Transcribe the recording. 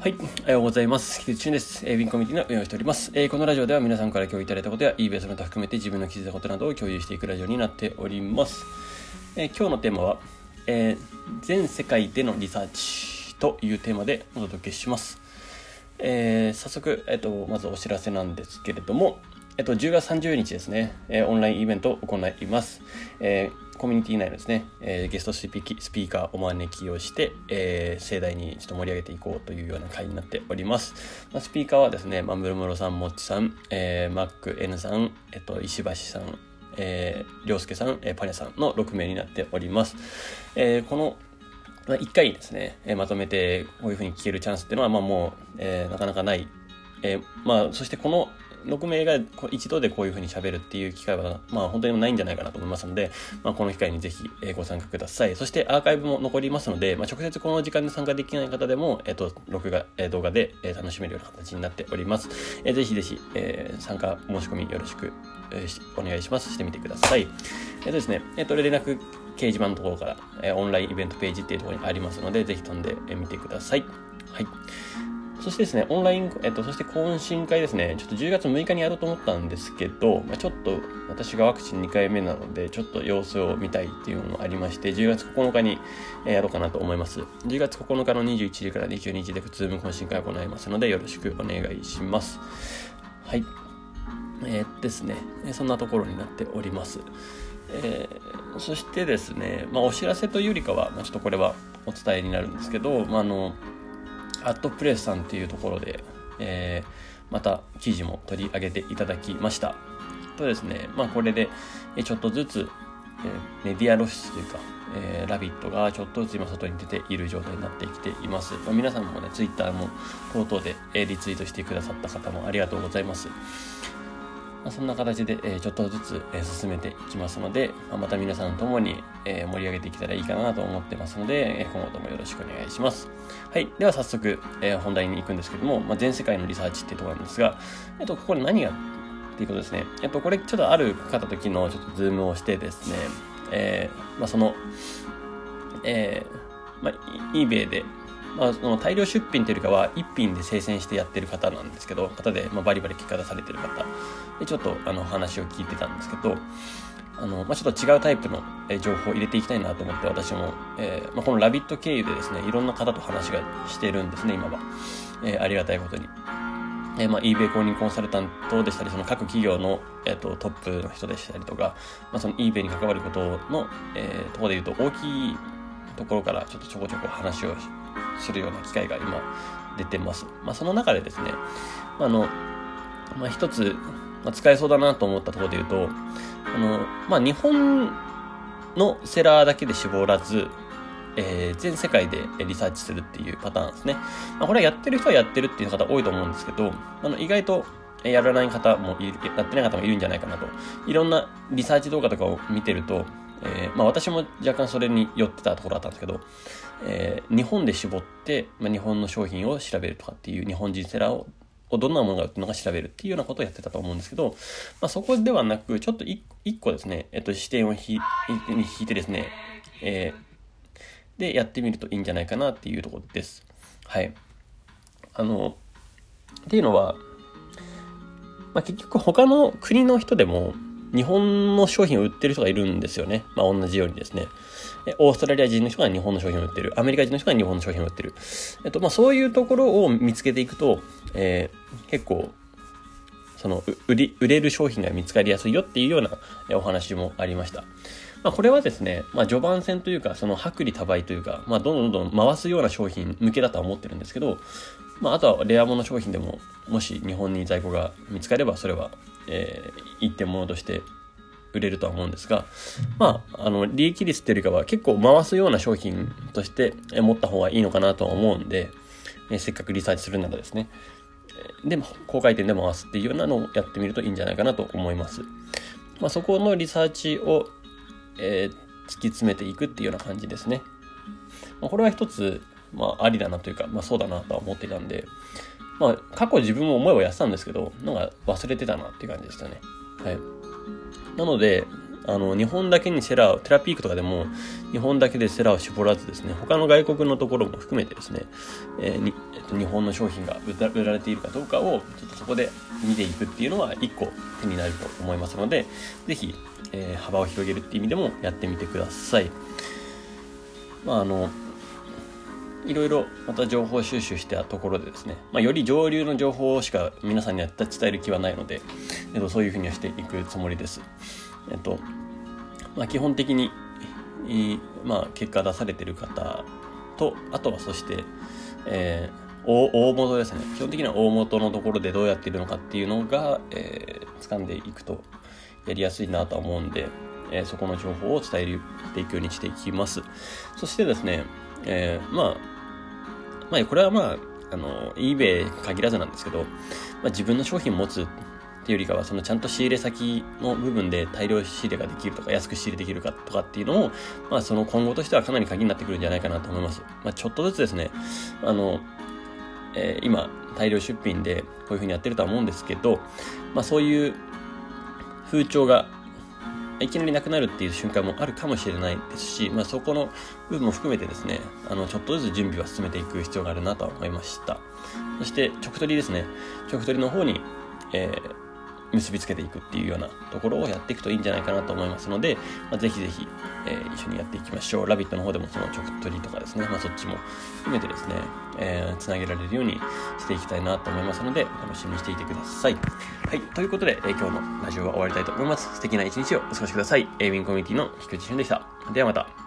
はい、おはようございます。菊池俊です。ウィンコミュニティの運営をしております。このラジオでは皆さんから共有いただいたことや eBay その他含めて自分の気づいたことなどを共有していくラジオになっております。今日のテーマは、全世界でのリサーチというテーマでお届けします。早速、まずお知らせなんですけれども、10月30日ですね、オンラインイベントを行います。コミュニティ内のですね、ゲストスピーカーお招きをして、盛大にちょっと盛り上げていこうというような会になっております。スピーカーはですね、ムロムロさん、もっちさん、マック N さん、石橋さん、りょうすけさん、パネさんの6名になっております。この1回ですね、まとめてこういう風に聞けるチャンスっていうのは、もう、なかなかない。そしてこの6名が一度でこういう風に喋るっていう機会は、本当にないんじゃないかなと思いますので、この機会にぜひご参加ください。そしてアーカイブも残りますので、直接この時間で参加できない方でも、動画で楽しめるような形になっております。ぜひぜひ、参加申し込みよろしく、お願いします。してみてください。ですね、連絡掲示板のところから、オンラインイベントページっていうところにありますので、ぜひ飛んでみてください。はい。そしてですね、オンライン、そして懇親会ですね、ちょっと10月6日にやろうと思ったんですけど、ちょっと私がワクチン2回目なので、ちょっと様子を見たいっていうのもありまして、10月9日にやろうかなと思います。10月9日の21時から22時でズーム懇親会を行いますので、よろしくお願いします。はい。ですね、そんなところになっております。そしてですね、お知らせというよりかは、ちょっとこれはお伝えになるんですけど、アットプレスさんというところで、また記事も取り上げていただきました。とですね、これでちょっとずつ、メディア露出というか、ラビットがちょっとずつ今外に出ている状態になってきています。皆さんもね、ツイッターも等々で、リツイートしてくださった方もありがとうございます。そんな形で、ちょっとずつ、進めていきますので、また皆さんともに、盛り上げていけたらいいかなと思ってますので、今後ともよろしくお願いします。はい。では早速、本題に行くんですけども、全世界のリサーチっていうところなんですが、ここで何がっていうことですね。これちょっとある方と昨日ちょっとズームをしてですね、その、eBay で、その大量出品というよりかは一品で生鮮してやってる方なんですけど、方で、バリバリ結果出されてる方でちょっと話を聞いてたんですけど、ちょっと違うタイプの情報を入れていきたいなと思って、私も、このラビット経由でですね、いろんな方と話がしてるんですね、今は。ありがたいことに。eBay 公認コンサルタントでしたり、その各企業の、トップの人でしたりとか、その eBay に関わることの、ところで言うと大きいところからちょこちょこ話をするような機会が今出てます。その中でですね、一つ、使えそうだなと思ったところで言うと、日本のセラーだけで絞らず、全世界でリサーチするっていうパターンですね。これはやってる人はやってるっていう方多いと思うんですけど、意外とやらない方もいる、やってない方もいるんじゃないかなと。いろんなリサーチ動画とかを見てると、私も若干それに寄ってたところあったんですけど、日本で絞って、日本の商品を調べるとかっていう日本人セラーをどんなものが売ってるのか調べるっていうようなことをやってたと思うんですけど、そこではなく、ちょっと一個ですね、視点を引いてですね、でやってみるといいんじゃないかなっていうところです。はい。っていうのは、結局他の国の人でも日本の商品を売ってる人がいるんですよね。同じようにですね。オーストラリア人の人が日本の商品を売ってる。アメリカ人の人が日本の商品を売ってる。そういうところを見つけていくと、結構、売れる商品が見つかりやすいよっていうようなお話もありました。これはですね、序盤戦というか、その薄利多売というか、どんどん回すような商品向けだとは思ってるんですけど、あとはレア物商品でも、もし日本に在庫が見つかれば、それは、一点物として売れるとは思うんですが、利益率というよりかは結構回すような商品として持った方がいいのかなとは思うんで、せっかくリサーチするならですね、でも高回転で回すっていうようなのをやってみるといいんじゃないかなと思います。そこのリサーチを、突き詰めていくっていうような感じですね。これは一つ、ありだなというか、そうだなとは思っていたんで、過去自分も思いはやってたんですけど、忘れてたなっていう感じでしたね。はい。なので、 日本だけにテラピークとかでも日本だけでセラーを絞らずですね、他の外国のところも含めてですね、日本の商品が売られているかどうかをちょっとそこで見ていくっていうのは一個手になると思いますので、ぜひ、幅を広げるっていう意味でもやってみてください。いろいろまた情報収集したところでですね、より上流の情報しか皆さんには伝える気はないので、そういうふうにはしていくつもりです。基本的に、結果出されている方と、あとはそして、大元ですね。基本的には大元のところでどうやっているのかっていうのが、掴んでいくとやりやすいなとは思うんで、そこの情報を伝えていくようにしていきます。そしてですね、これはeBay 限らずなんですけど、自分の商品を持つっていうよりかは、そのちゃんと仕入れ先の部分で大量仕入れができるとか、安く仕入れできるかとかっていうのも、その今後としてはかなり鍵になってくるんじゃないかなと思います。ちょっとずつですね、今大量出品でこういうふうにやってるとは思うんですけど、そういう風潮がいきなりなくなるっていう瞬間もあるかもしれないですし、そこの部分も含めてですね、ちょっとずつ準備は進めていく必要があるなと思いました。そして直取りですね、直取りの方に、結びつけていくっていうようなところをやっていくといいんじゃないかなと思いますので、ぜひぜひ、一緒にやっていきましょう。ラビットの方でもその直取りとかですね、そっちも含めてですね、つなげられるようにしていきたいなと思いますので、お楽しみにしていてください。はい、ということで、今日のラジオは終わりたいと思います。素敵な一日をお過ごしください。ウィンコミュニティの菊池俊でした。ではまた。